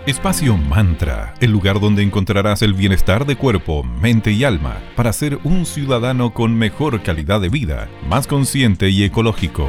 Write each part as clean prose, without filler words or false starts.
Espacio Mantra, el lugar donde encontrarás el bienestar de cuerpo, mente y alma para ser un ciudadano con mejor calidad de vida, más consciente y ecológico.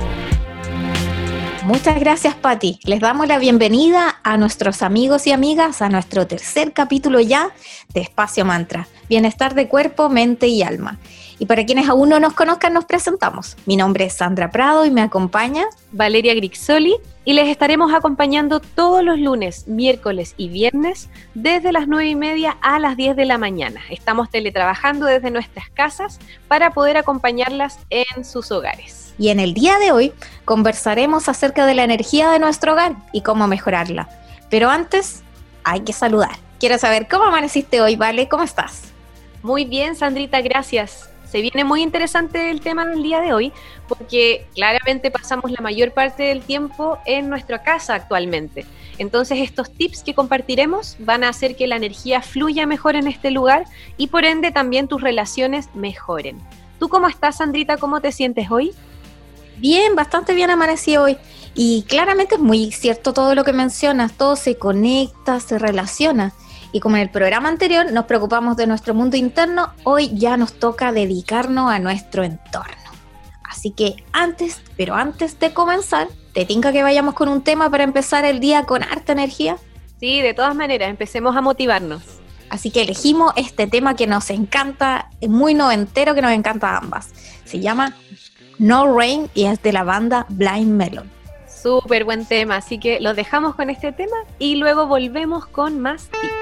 Muchas gracias, Pati. Les damos la bienvenida a nuestros amigos y amigas a nuestro tercer capítulo ya de Espacio Mantra, bienestar de cuerpo, mente y alma. Y para quienes aún no nos conozcan, nos presentamos. Mi nombre es Sandra Prado y me acompaña Valeria Grixoli, y les estaremos acompañando todos los lunes, miércoles y viernes desde las 9:30 a las 10 de la mañana. Estamos teletrabajando desde nuestras casas para poder acompañarlas en sus hogares. Y en el día de hoy conversaremos acerca de la energía de nuestro hogar y cómo mejorarla. Pero antes hay que saludar. Quiero saber cómo amaneciste hoy, Vale, ¿cómo estás? Muy bien, Sandrita, gracias. Se viene muy interesante el tema del día de hoy porque claramente pasamos la mayor parte del tiempo en nuestra casa actualmente. Entonces estos tips que compartiremos van a hacer que la energía fluya mejor en este lugar y por ende también tus relaciones mejoren. ¿Tú cómo estás, Sandrita? ¿Cómo te sientes hoy? Bien, bastante bien amanecí hoy. Y claramente es muy cierto todo lo que mencionas, todo se conecta, se relaciona. Y como en el programa anterior nos preocupamos de nuestro mundo interno, hoy ya nos toca dedicarnos a nuestro entorno. Así que antes de comenzar, ¿te tinca que vayamos con un tema para empezar el día con harta energía? Sí, de todas maneras, empecemos a motivarnos. Así que elegimos este tema que nos encanta, es muy noventero, que nos encanta a ambas. Se llama No Rain y es de la banda Blind Melon. Súper buen tema, así que los dejamos con este tema y luego volvemos con más tips.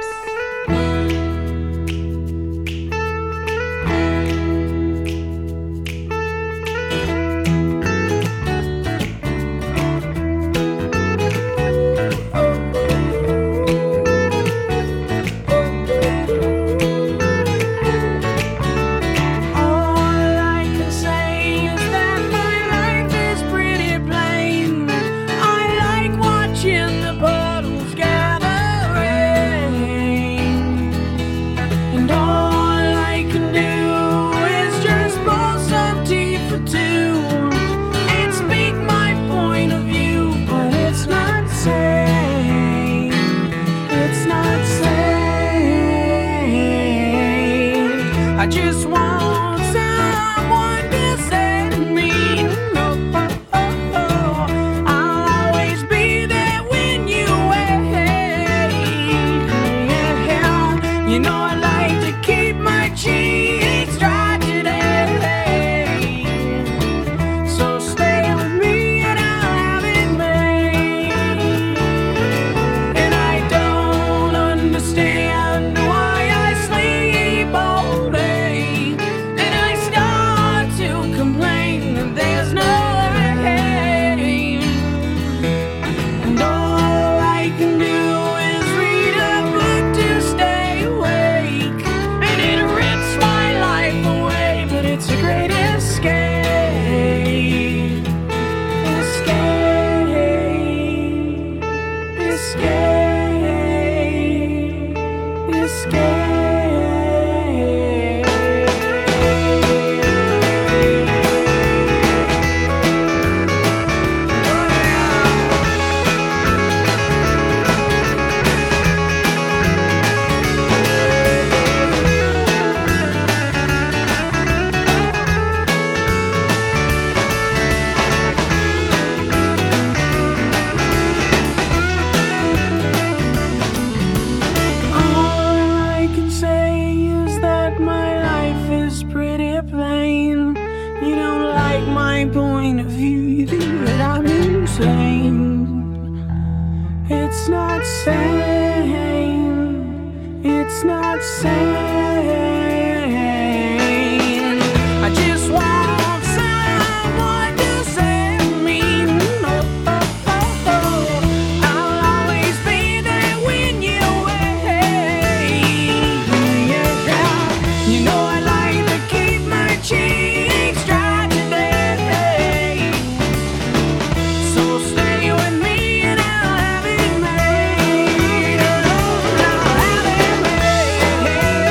Hey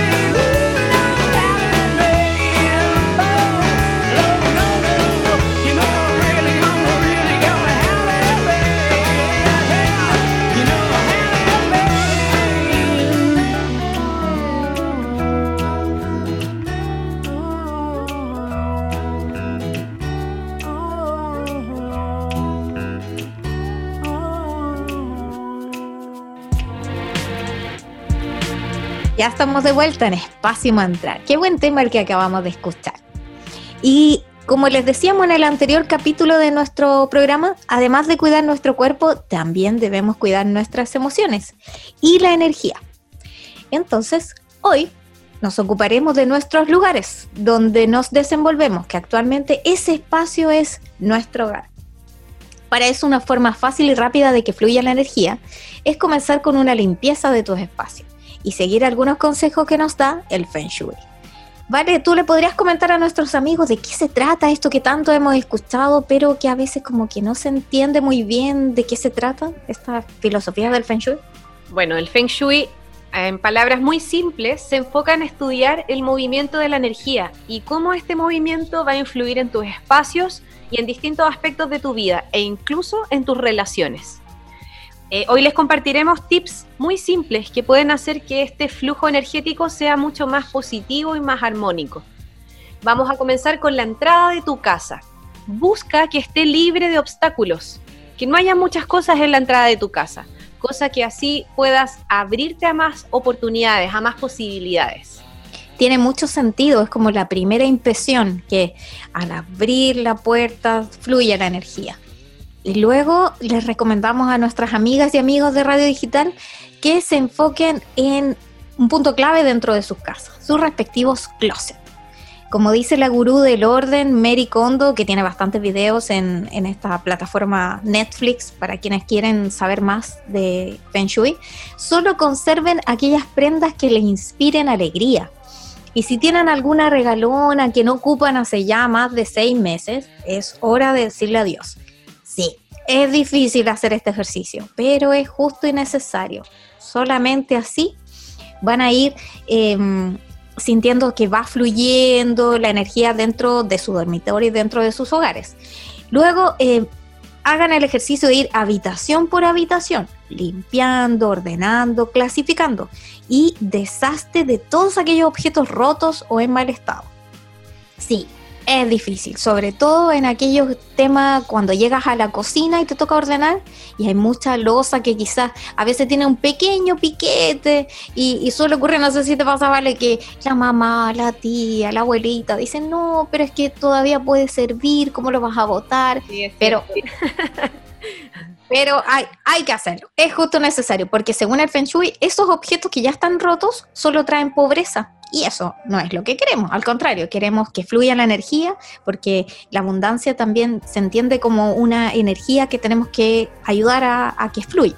Ya estamos de vuelta en Espacio Mantra. Qué buen tema el que acabamos de escuchar. Y como les decíamos en el anterior capítulo de nuestro programa, además de cuidar nuestro cuerpo, también debemos cuidar nuestras emociones y la energía. Entonces, hoy nos ocuparemos de nuestros lugares donde nos desenvolvemos, que actualmente ese espacio es nuestro hogar. Para eso, una forma fácil y rápida de que fluya la energía es comenzar con una limpieza de tus espacios y seguir algunos consejos que nos da el Feng Shui. Vale, ¿tú le podrías comentar a nuestros amigos de qué se trata esto que tanto hemos escuchado, pero que a veces como que no se entiende muy bien de qué se trata, esta filosofía del Feng Shui? Bueno, el Feng Shui, en palabras muy simples, se enfoca en estudiar el movimiento de la energía y cómo este movimiento va a influir en tus espacios y en distintos aspectos de tu vida e incluso en tus relaciones. Hoy les compartiremos tips muy simples que pueden hacer que este flujo energético sea mucho más positivo y más armónico. Vamos a comenzar con la entrada de tu casa. Busca que esté libre de obstáculos, que no haya muchas cosas en la entrada de tu casa, cosa que así puedas abrirte a más oportunidades, a más posibilidades. Tiene mucho sentido, es como la primera impresión, que al abrir la puerta fluye la energía. Y luego les recomendamos a nuestras amigas y amigos de Radio Digital que se enfoquen en un punto clave dentro de sus casas, sus respectivos closets. Como dice la gurú del orden, Mary Kondo, que tiene bastantes videos en esta plataforma Netflix para quienes quieren saber más de Feng Shui, solo conserven aquellas prendas que les inspiren alegría. Y si tienen alguna regalona que no ocupan hace ya más de 6 meses, es hora de decirle adiós. Sí, es difícil hacer este ejercicio, pero es justo y necesario. Solamente así van a ir sintiendo que va fluyendo la energía dentro de su dormitorio y dentro de sus hogares. Luego, hagan el ejercicio de ir habitación por habitación, limpiando, ordenando, clasificando y deshazte de todos aquellos objetos rotos o en mal estado. Sí, es difícil, sobre todo en aquellos temas cuando llegas a la cocina y te toca ordenar y hay mucha loza que quizás a veces tiene un pequeño piquete y suele ocurrir, no sé si te pasa, Vale, que la mamá, la tía, la abuelita dicen, no, pero es que todavía puede servir, ¿cómo lo vas a botar? Sí, pero hay que hacerlo, es justo necesario, porque según el Feng Shui, esos objetos que ya están rotos solo traen pobreza. Y eso no es lo que queremos, al contrario, queremos que fluya la energía, porque la abundancia también se entiende como una energía que tenemos que ayudar a que fluya.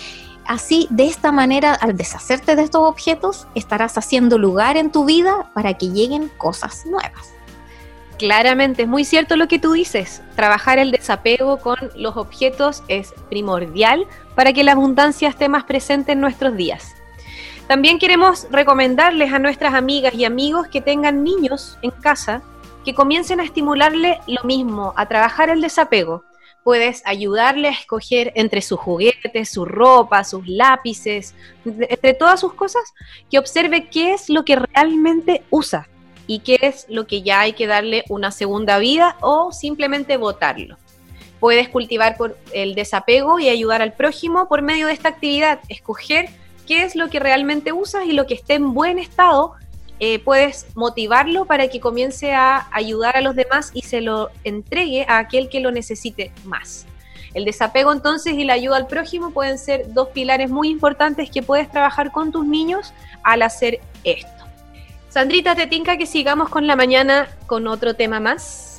Así, de esta manera, al deshacerte de estos objetos, estarás haciendo lugar en tu vida para que lleguen cosas nuevas. Claramente, es muy cierto lo que tú dices. Trabajar el desapego con los objetos es primordial para que la abundancia esté más presente en nuestros días. También queremos recomendarles a nuestras amigas y amigos que tengan niños en casa que comiencen a estimularle lo mismo, a trabajar el desapego. Puedes ayudarle a escoger entre sus juguetes, su ropa, sus lápices, entre todas sus cosas, que observe qué es lo que realmente usa y qué es lo que ya hay que darle una segunda vida o simplemente botarlo. Puedes cultivar por el desapego y ayudar al prójimo por medio de esta actividad, escoger qué es lo que realmente usas y lo que esté en buen estado, puedes motivarlo para que comience a ayudar a los demás y se lo entregue a aquel que lo necesite más. El desapego entonces y la ayuda al prójimo pueden ser 2 pilares muy importantes que puedes trabajar con tus niños al hacer esto. Sandrita, ¿te tinca que sigamos con la mañana con otro tema más?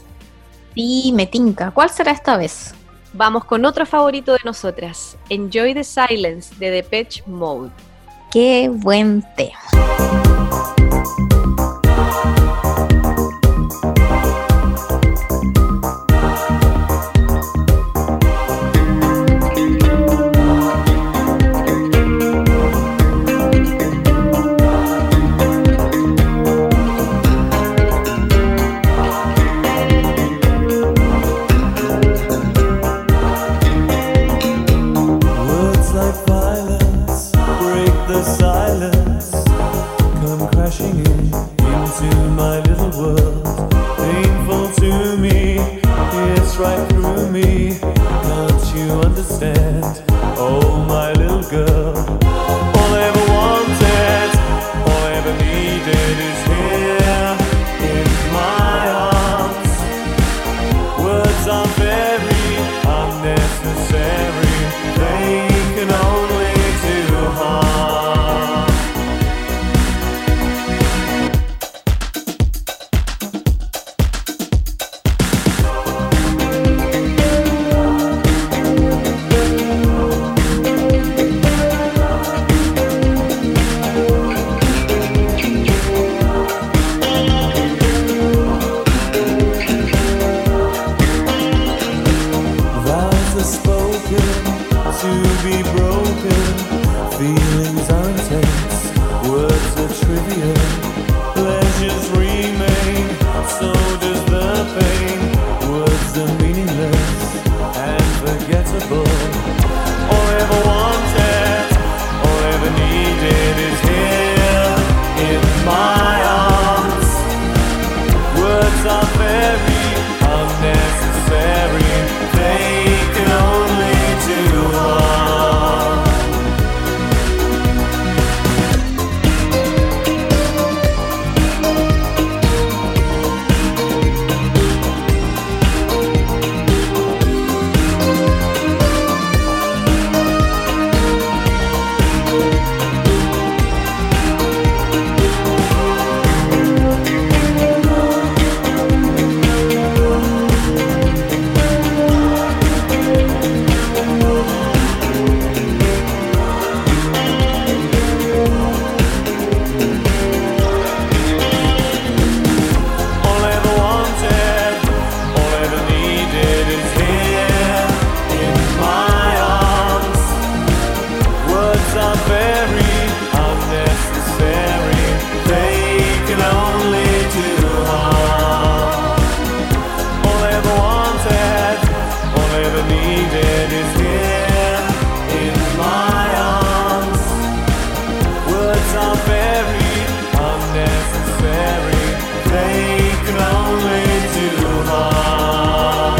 Sí, me tinca. ¿Cuál será esta vez? Vamos con otro favorito de nosotras, Enjoy the Silence de Depeche Mode. ¡Qué buen tema! Oh, my little girl, all I ever wanted, all needed is here in my arms. Words are very unnecessary, they can only do harm. Vows are spoken to be broken, feelings are intense, words are trivial, pleasures remain, so does the pain. Words are meaningless and forgettable. All I ever wanted, all I ever needed is here in my arms. Words are very unnecessary, they can only do harm. All I ever wanted, all I ever needed is here in my arms. Words are very unnecessary, they can only do harm. All I ever wanted, all I ever needed is here in my arms. Words are very unnecessary, they can only do harm.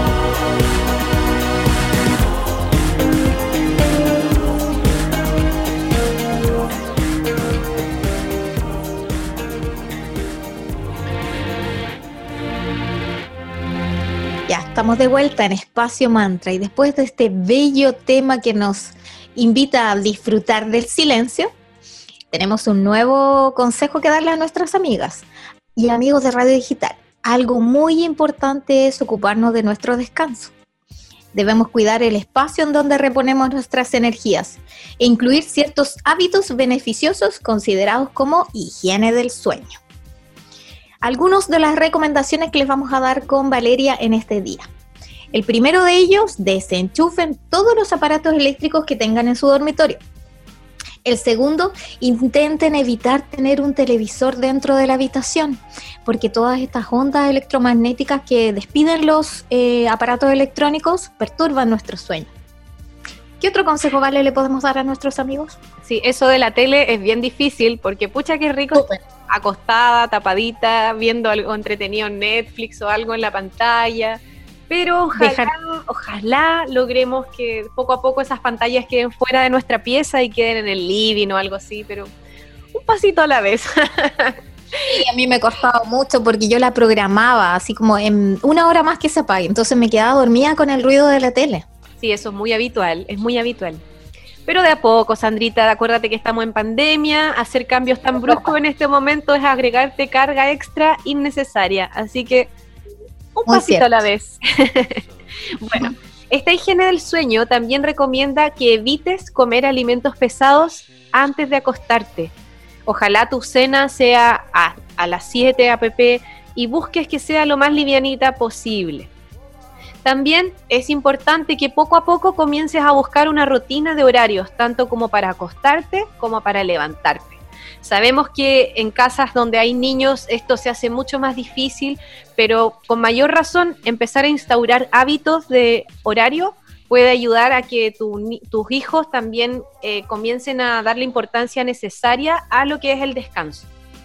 Ya estamos de vuelta en Espacio Mantra y después de este bello tema que nos invita a disfrutar del silencio, tenemos un nuevo consejo que darle a nuestras amigas y amigos de Radio Digital. Algo muy importante es ocuparnos de nuestro descanso. Debemos cuidar el espacio en donde reponemos nuestras energías e incluir ciertos hábitos beneficiosos considerados como higiene del sueño. Algunas de las recomendaciones que les vamos a dar con Valeria en este día. El primero de ellos, desenchufen todos los aparatos eléctricos que tengan en su dormitorio. El segundo, intenten evitar tener un televisor dentro de la habitación, porque todas estas ondas electromagnéticas que despiden los aparatos electrónicos perturban nuestro sueño. ¿Qué otro consejo, Vale, le podemos dar a nuestros amigos? Sí, eso de la tele es bien difícil porque pucha que rico Súper. acostada, tapadita, viendo algo entretenido en Netflix o algo en la pantalla. Pero ojalá logremos que poco a poco esas pantallas queden fuera de nuestra pieza y queden en el living o algo así, pero un pasito a la vez. Sí, a mí me costaba mucho porque yo la programaba así como en una hora más que se apague, entonces me quedaba dormida con el ruido de la tele. Sí, eso es muy habitual. Pero de a poco, Sandrita, acuérdate que estamos en pandemia, hacer cambios tan bruscos en este momento es agregarte carga extra innecesaria, así que un Muy pasito cierto. a la vez. Bueno, esta higiene del sueño también recomienda que evites comer alimentos pesados antes de acostarte. Ojalá tu cena sea a las 7 a.p. y busques que sea lo más livianita posible. También es importante que poco a poco comiences a buscar una rutina de horarios, tanto como para acostarte como para levantarte. Sabemos que en casas donde hay niños esto se hace mucho más difícil, pero con mayor razón empezar a instaurar hábitos de horario puede ayudar a que tus hijos también comiencen a darle importancia necesaria a lo que es el descanso.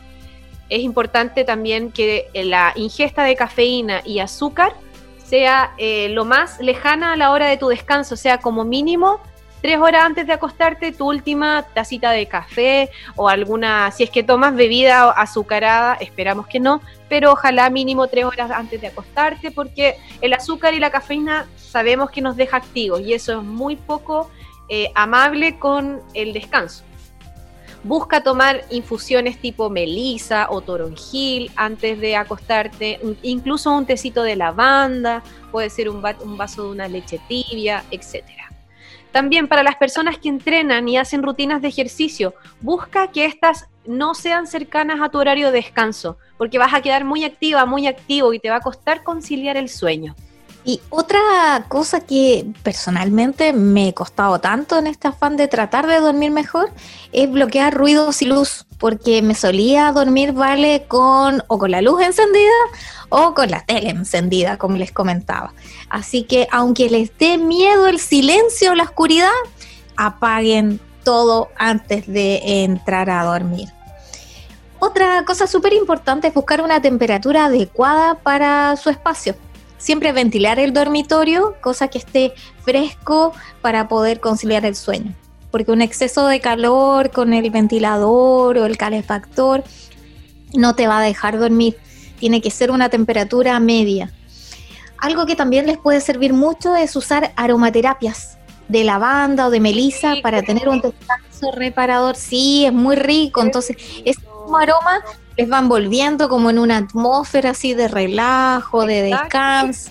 Es importante también que la ingesta de cafeína y azúcar sea lo más lejana a la hora de tu descanso, o sea, como mínimo 3 horas antes de acostarte, tu última tacita de café o alguna, si es que tomas bebida azucarada, esperamos que no, pero ojalá mínimo 3 horas antes de acostarte, porque el azúcar y la cafeína sabemos que nos deja activos y eso es muy poco amable con el descanso. Busca tomar infusiones tipo melisa o toronjil antes de acostarte, incluso un tecito de lavanda, puede ser un vaso de una leche tibia, etcétera. También para las personas que entrenan y hacen rutinas de ejercicio, busca que estas no sean cercanas a tu horario de descanso, porque vas a quedar muy activa, muy activo y te va a costar conciliar el sueño. Y otra cosa que personalmente me he costado tanto en este afán de tratar de dormir mejor es bloquear ruidos y luz, porque me solía dormir, con la luz encendida o con la tele encendida, como les comentaba. Así que aunque les dé miedo el silencio o la oscuridad, apaguen todo antes de entrar a dormir. Otra cosa súper importante es buscar una temperatura adecuada para su espacio. Siempre ventilar el dormitorio, cosa que esté fresco para poder conciliar el sueño. Porque un exceso de calor con el ventilador o el calefactor no te va a dejar dormir. Tiene que ser una temperatura media. Algo que también les puede servir mucho es usar aromaterapias de lavanda o de melisa para tener un descanso reparador. Sí, es muy rico. Entonces, ese mismo aroma les va envolviendo como en una atmósfera así de relajo, de descanso.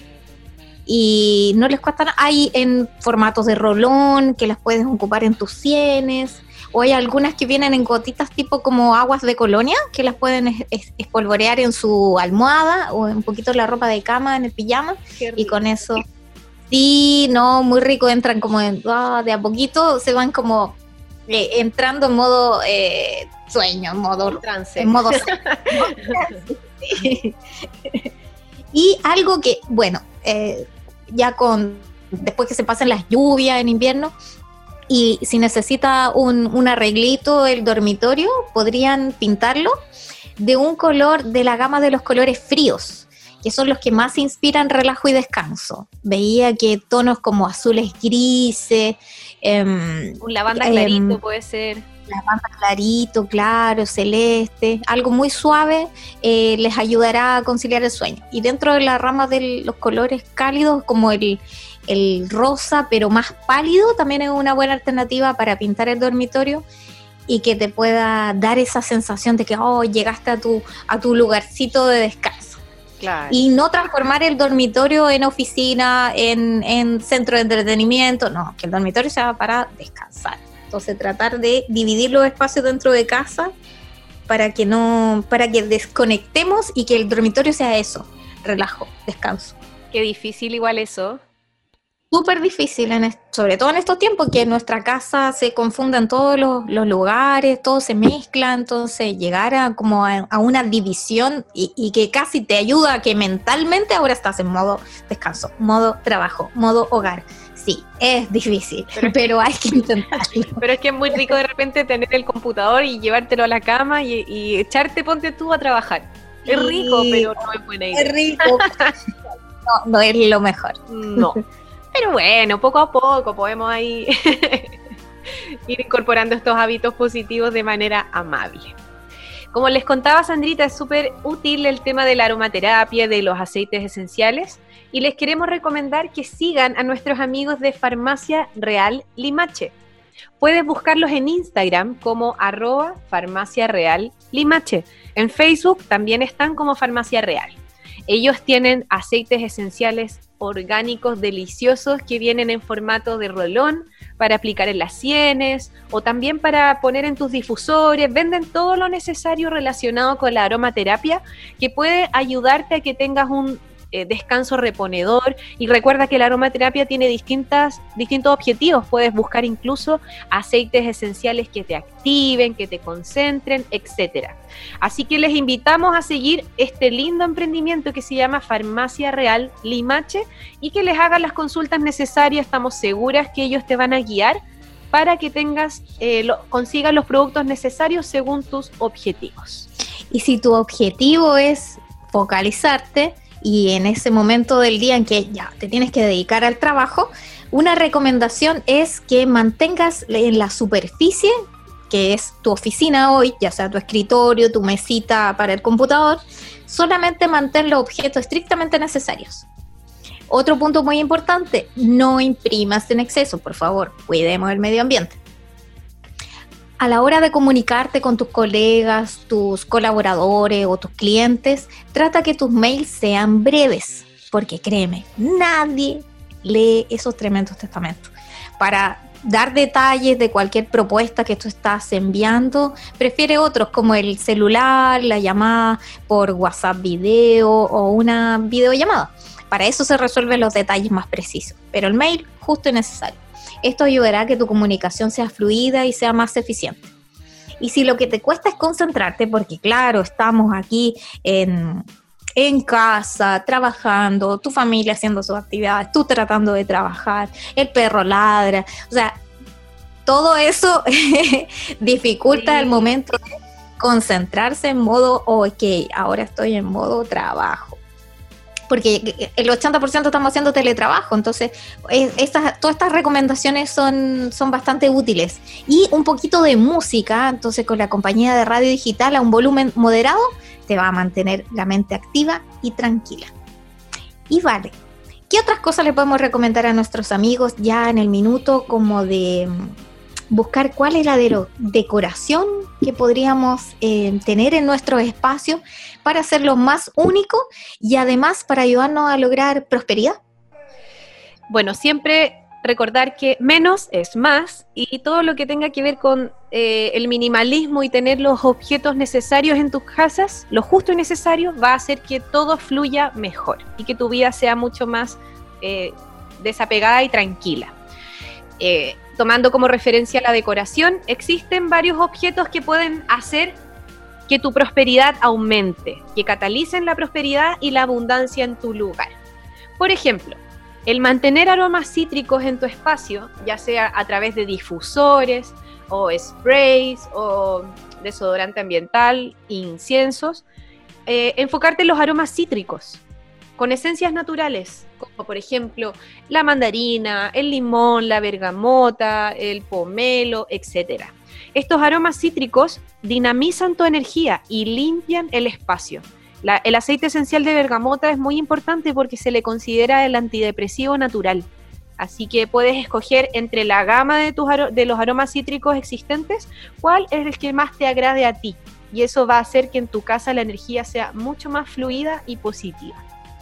Y no les cuesta nada. Hay en formatos de rolón que las puedes ocupar en tus sienes. O hay algunas que vienen en gotitas tipo como aguas de colonia, que las pueden espolvorear en su almohada o un poquito en la ropa de cama, en el pijama. Y con eso, sí, no, muy rico. Entran como de a poquito, se van como entrando en modo sueño, en modo trance. En modo sí. Y algo que, bueno, después que se pasen las lluvias en invierno, y si necesita un arreglito el dormitorio, podrían pintarlo de un color de la gama de los colores fríos, que son los que más inspiran relajo y descanso. Veía que tonos como azules grises, un lavanda clarito puede ser. Lavanda clarito, claro, celeste, algo muy suave, les ayudará a conciliar el sueño. Y dentro de la rama de los colores cálidos, como el rosa, pero más pálido, también es una buena alternativa para pintar el dormitorio y que te pueda dar esa sensación de que llegaste a tu lugarcito de descanso. Claro. Y no transformar el dormitorio en oficina, en centro de entretenimiento, no, que el dormitorio sea para descansar. Entonces tratar de dividir los espacios dentro de casa para que desconectemos y que el dormitorio sea eso, relajo, descanso. Qué difícil igual eso. Súper difícil, sobre todo en estos tiempos que en nuestra casa se confunden todos los lugares, todo se mezcla, entonces llegar a una división y que casi te ayuda a que mentalmente ahora estás en modo descanso, modo trabajo, modo hogar. Sí, es difícil, pero hay que intentarlo. Pero es que es muy rico de repente tener el computador y llevártelo a la cama y ponte tú a trabajar. Es rico, pero no es buena idea. Es rico. No es lo mejor. No. Pero bueno, poco a poco podemos ahí ir incorporando estos hábitos positivos de manera amable. Como les contaba Sandrita, es súper útil el tema de la aromaterapia, de los aceites esenciales, y les queremos recomendar que sigan a nuestros amigos de Farmacia Real Limache. Puedes buscarlos en Instagram como @Farmacia Real Limache. En Facebook también están como Farmacia Real. Ellos tienen aceites esenciales orgánicos deliciosos que vienen en formato de rolón para aplicar en las sienes o también para poner en tus difusores. Venden todo lo necesario relacionado con la aromaterapia que puede ayudarte a que tengas un descanso reponedor. Y recuerda que la aromaterapia tiene distintos objetivos. Puedes buscar incluso aceites esenciales que te activen, que te concentren, etcétera. Así que les invitamos a seguir este lindo emprendimiento que se llama Farmacia Real Limache y que les hagan las consultas necesarias. Estamos seguras que ellos te van a guiar para que consigas los productos necesarios según tus objetivos. Y si tu objetivo es focalizarte y en ese momento del día en que ya te tienes que dedicar al trabajo, Una recomendación es que mantengas en la superficie, que es tu oficina hoy, ya sea tu escritorio, tu mesita para el computador, solamente mantén los objetos estrictamente necesarios. Otro punto muy importante, no imprimas en exceso, por favor, cuidemos el medio ambiente. A la hora de comunicarte con tus colegas, tus colaboradores o tus clientes, trata que tus mails sean breves, porque créeme, nadie lee esos tremendos testamentos. Para dar detalles de cualquier propuesta que tú estás enviando, prefiere otros como el celular, la llamada por WhatsApp video o una videollamada. Para eso se resuelven los detalles más precisos, pero el mail justo y necesario. Esto ayudará a que tu comunicación sea fluida y sea más eficiente. Y si lo que te cuesta es concentrarte, porque claro, estamos aquí en casa, trabajando, tu familia haciendo sus actividades, tú tratando de trabajar, el perro ladra, o sea, todo eso dificulta el momento de concentrarse en modo, ok, ahora estoy en modo trabajo. Porque el 80% estamos haciendo teletrabajo, entonces todas estas recomendaciones son bastante útiles. Y un poquito de música, entonces con la compañía de radio digital a un volumen moderado, te va a mantener la mente activa y tranquila. Y vale, ¿qué otras cosas le podemos recomendar a nuestros amigos ya en el minuto, como de buscar cuál es la decoración que podríamos tener en nuestros espacios para hacerlo más único y además para ayudarnos a lograr prosperidad? Bueno, siempre recordar que menos es más, y todo lo que tenga que ver con el minimalismo y tener los objetos necesarios en tus casas, lo justo y necesario, va a hacer que todo fluya mejor y que tu vida sea mucho más desapegada y tranquila. Tomando como referencia la decoración, existen varios objetos que pueden hacer que tu prosperidad aumente, que catalicen la prosperidad y la abundancia en tu lugar. Por ejemplo, el mantener aromas cítricos en tu espacio, ya sea a través de difusores o sprays o desodorante ambiental, inciensos, enfocarte en los aromas cítricos con esencias naturales, como por ejemplo la mandarina, el limón, la bergamota, el pomelo, etc. Estos aromas cítricos dinamizan tu energía y limpian el espacio. El aceite esencial de bergamota es muy importante porque se le considera el antidepresivo natural. Así que puedes escoger entre la gama de los aromas cítricos existentes cuál es el que más te agrade a ti. Y eso va a hacer que en tu casa la energía sea mucho más fluida y positiva.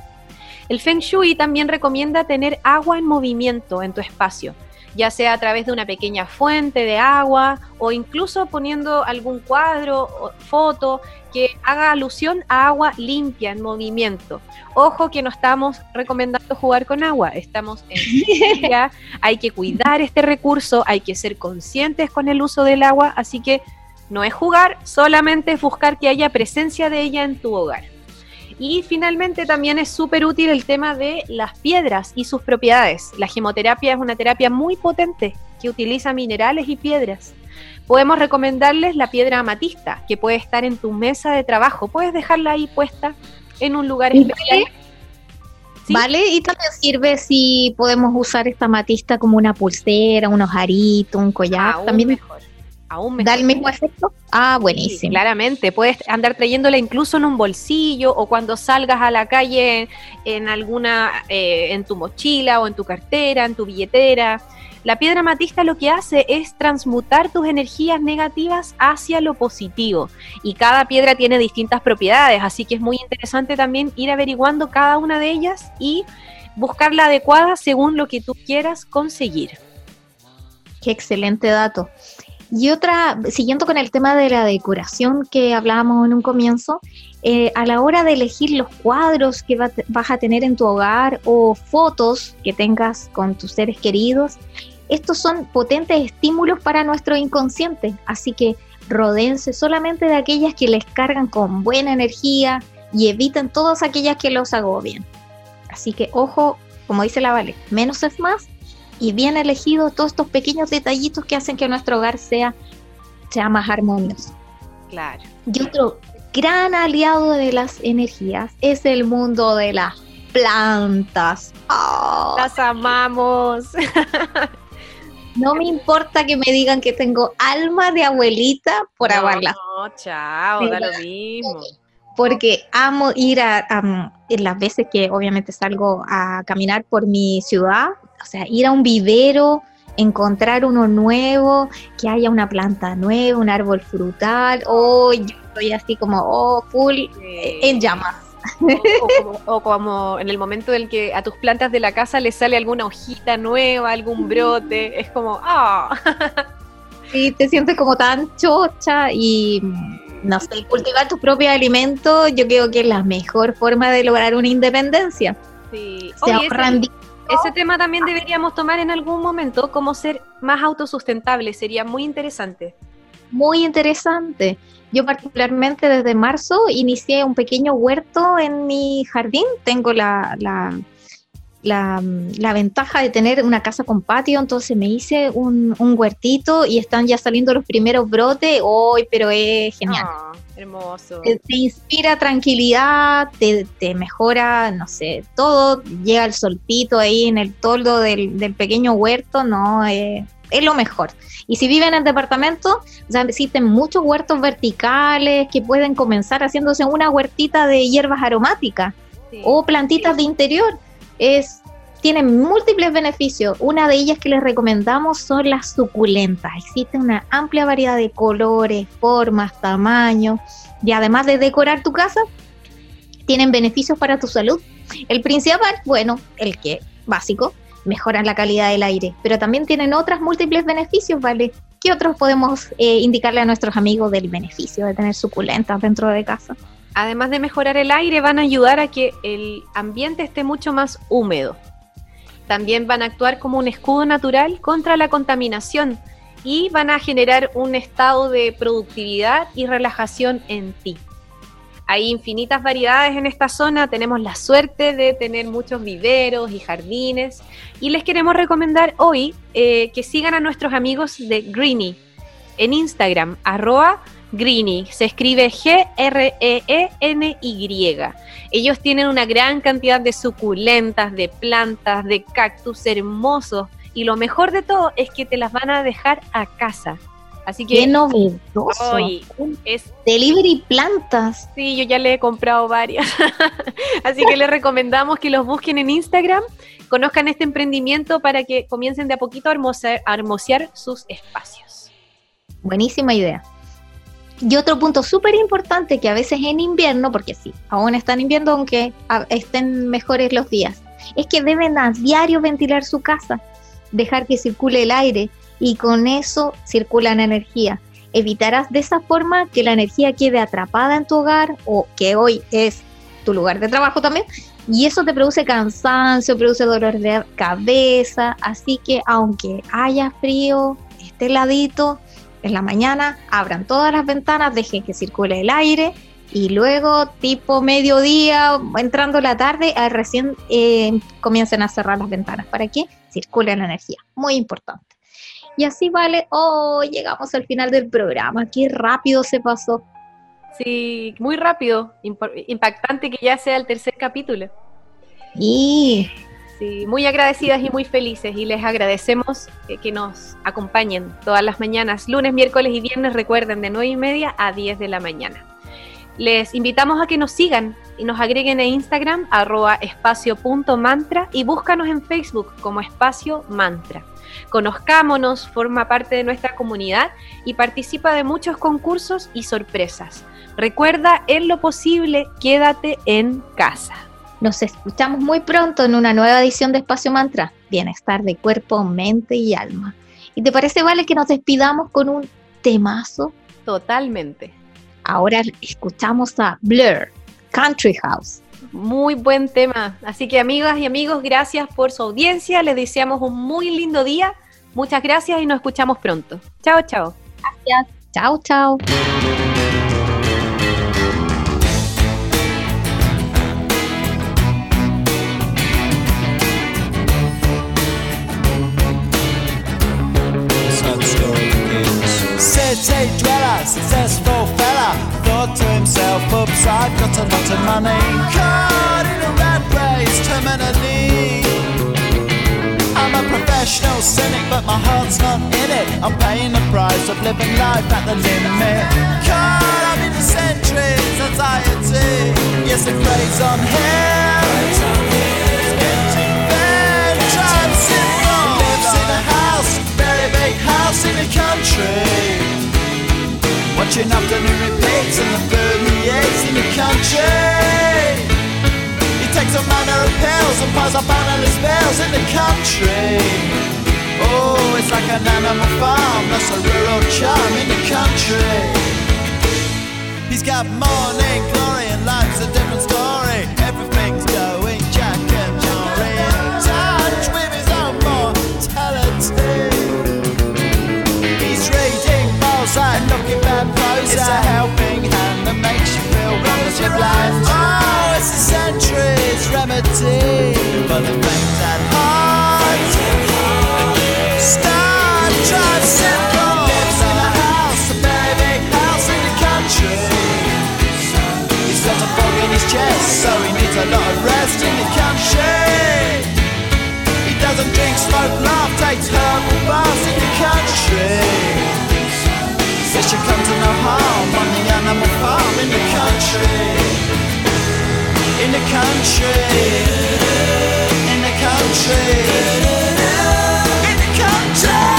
El Feng Shui también recomienda tener agua en movimiento en tu espacio, ya sea a través de una pequeña fuente de agua o incluso poniendo algún cuadro o foto que haga alusión a agua limpia en movimiento. Ojo que no estamos recomendando jugar con agua, estamos en familia, hay que cuidar este recurso, hay que ser conscientes con el uso del agua, así que no es jugar, solamente es buscar que haya presencia de ella en tu hogar. Y finalmente también es súper útil el tema de las piedras y sus propiedades. La gemoterapia es una terapia muy potente que utiliza minerales y piedras. Podemos recomendarles la piedra amatista, que puede estar en tu mesa de trabajo. Puedes dejarla ahí puesta en un lugar especial. ¿Sí? Vale, y también sirve si podemos usar esta amatista como una pulsera, unos aritos, un collar. Aún también mejor. Aún mejor. ¿Da el mismo efecto? Ah, buenísimo. Sí, claramente, puedes andar trayéndola incluso en un bolsillo o cuando salgas a la calle en tu mochila o en tu cartera, en tu billetera. La piedra amatista lo que hace es transmutar tus energías negativas hacia lo positivo, y cada piedra tiene distintas propiedades, así que es muy interesante también ir averiguando cada una de ellas y buscar la adecuada según lo que tú quieras conseguir. Qué excelente dato. Y otra, siguiendo con el tema de la decoración que hablábamos en un comienzo, a la hora de elegir los cuadros que vas a tener en tu hogar o fotos que tengas con tus seres queridos, estos son potentes estímulos para nuestro inconsciente, así que rodéense solamente de aquellas que les cargan con buena energía y eviten todas aquellas que los agobian. Así que ojo, como dice la Vale, menos es más. Y bien elegido todos estos pequeños detallitos que hacen que nuestro hogar sea más armonioso. Claro. Y otro gran aliado de las energías es el mundo de las plantas. Oh, Las amamos. no me importa que me digan que tengo alma de abuelita por amarlas. No, chao, da lo mismo. Porque amo ir en las veces que obviamente salgo a caminar por mi ciudad, o sea, ir a un vivero, encontrar uno nuevo, que haya una planta nueva, un árbol frutal, yo estoy así como, full en llamas. O como en el momento en que a tus plantas de la casa les sale alguna hojita nueva, algún brote, es como, Sí, te sientes como tan chocha y no sé, cultivar tus propios alimentos, yo creo que es la mejor forma de lograr una independencia. Sí. Se ahorran Ese tema también deberíamos tomar en algún momento, cómo ser más autosustentable, sería muy interesante. Muy interesante. Yo particularmente desde marzo inicié un pequeño huerto en mi jardín. Tengo la ventaja de tener una casa con patio, entonces me hice un huertito y están ya saliendo los primeros brotes. ¡Ay, pero es genial! Hermoso. Te inspira tranquilidad, te mejora, no sé, todo. Llega el soltito ahí en el toldo del pequeño huerto, no, es lo mejor. Y si viven en departamento, ya existen muchos huertos verticales que pueden comenzar haciéndose una huertita de hierbas aromáticas o plantitas de interior. Tienen múltiples beneficios. Una de ellas que les recomendamos son las suculentas. Existe una amplia variedad de colores, formas, tamaños, y además de decorar tu casa, tienen beneficios para tu salud. El principal, bueno, el que básico, mejoran la calidad del aire, pero también tienen otros múltiples beneficios, ¿vale? ¿Qué otros podemos indicarle a nuestros amigos del beneficio de tener suculentas dentro de casa? Además de mejorar el aire, van a ayudar a que el ambiente esté mucho más húmedo. También van a actuar como un escudo natural contra la contaminación y van a generar un estado de productividad y relajación en ti. Hay infinitas variedades en esta zona, tenemos la suerte de tener muchos viveros y jardines y les queremos recomendar hoy que sigan a nuestros amigos de Greeny en Instagram, @Greeny, se escribe Greeny. Ellos tienen una gran cantidad de suculentas, de plantas, de cactus hermosos y lo mejor de todo es que te las van a dejar a casa. Así que ¡qué novedoso! hoy es Delivery plantas. Sí, yo ya le he comprado varias. Así que les recomendamos que los busquen en Instagram, conozcan este emprendimiento para que comiencen de a poquito a hermosear sus espacios. Buenísima idea. Y otro punto súper importante que a veces en invierno, porque sí, aún está en invierno aunque estén mejores los días, es que deben a diario ventilar su casa, dejar que circule el aire y con eso circula la energía. Evitarás de esa forma que la energía quede atrapada en tu hogar o que hoy es tu lugar de trabajo también y eso te produce cansancio, produce dolor de cabeza, así que aunque haya frío, esté heladito, en la mañana abran todas las ventanas, dejen que circule el aire y luego tipo mediodía, entrando la tarde, recién comiencen a cerrar las ventanas para que circule la energía. Muy importante. Y así vale, llegamos al final del programa, qué rápido se pasó. Sí, muy rápido, impactante que ya sea el tercer capítulo. Y Sí, muy agradecidas y muy felices y les agradecemos que nos acompañen todas las mañanas, lunes, miércoles y viernes, recuerden, de 9:30 a 10 de la mañana. Les invitamos a que nos sigan y nos agreguen en Instagram @espacio.mantra y búscanos en Facebook como Espacio Mantra. Conozcámonos, forma parte de nuestra comunidad y participa de muchos concursos y sorpresas. Recuerda, en lo posible, quédate en casa. nos escuchamos muy pronto en una nueva edición de Espacio Mantra, bienestar de cuerpo, mente y alma. ¿Y te parece, Vale, que nos despidamos con un temazo? Totalmente. Ahora escuchamos a Blur, Country House. Muy buen tema. Así que, amigas y amigos, gracias por su audiencia. Les deseamos un muy lindo día. Muchas gracias y nos escuchamos pronto. Chao, chao. Gracias. Chao, chao. City dweller, successful fella, thought to himself, oops, I've got a lot of money. Caught in a rat race, criminally. I'm a professional cynic, but my heart's not in it. I'm paying the price of living life at the limit. Caught up in the centuries, anxiety. Yes, it preys on him. It's getting bad, drives syndrome. Lives in a house, very big house in the country. Watching afternoon repeats and the food he eats in the country. He takes all manner of pills and piles up analyst bills in the country. Oh, it's like an animal farm, that's a rural charm in the country. He's got morning glory and life's a different story. Everything's going Jack and Jory in touch with his own mortality. He's reading Balzac, looking bad prose. It's a helping hand that makes you feel wonderfully blind. Oh, it's a century's remedy for the things at heart. Star Drive syndrome. Lives in a house, a very big house in the country. He's got a fog in his chest, so he needs a lot of rest in the country. He doesn't drink, smoke, laugh, takes herbal baths in the country. Says she comes to no harm on the animal farm in the country. In the country. In the country. In the country.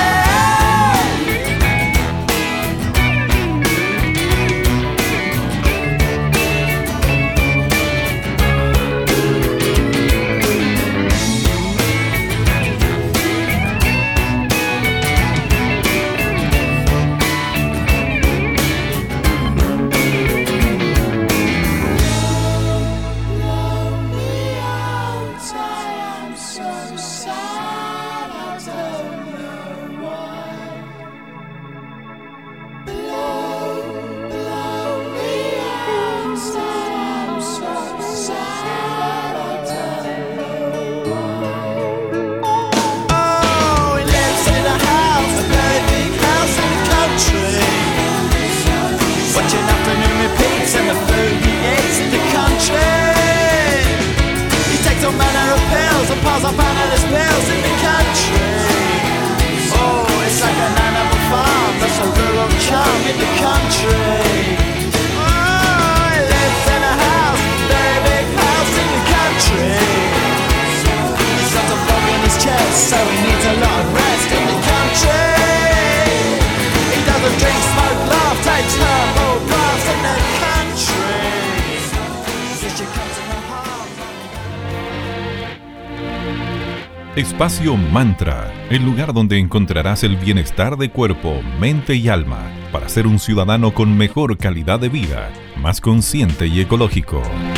Espacio Mantra, el lugar donde encontrarás el bienestar de cuerpo, mente y alma para ser un ciudadano con mejor calidad de vida, más consciente y ecológico.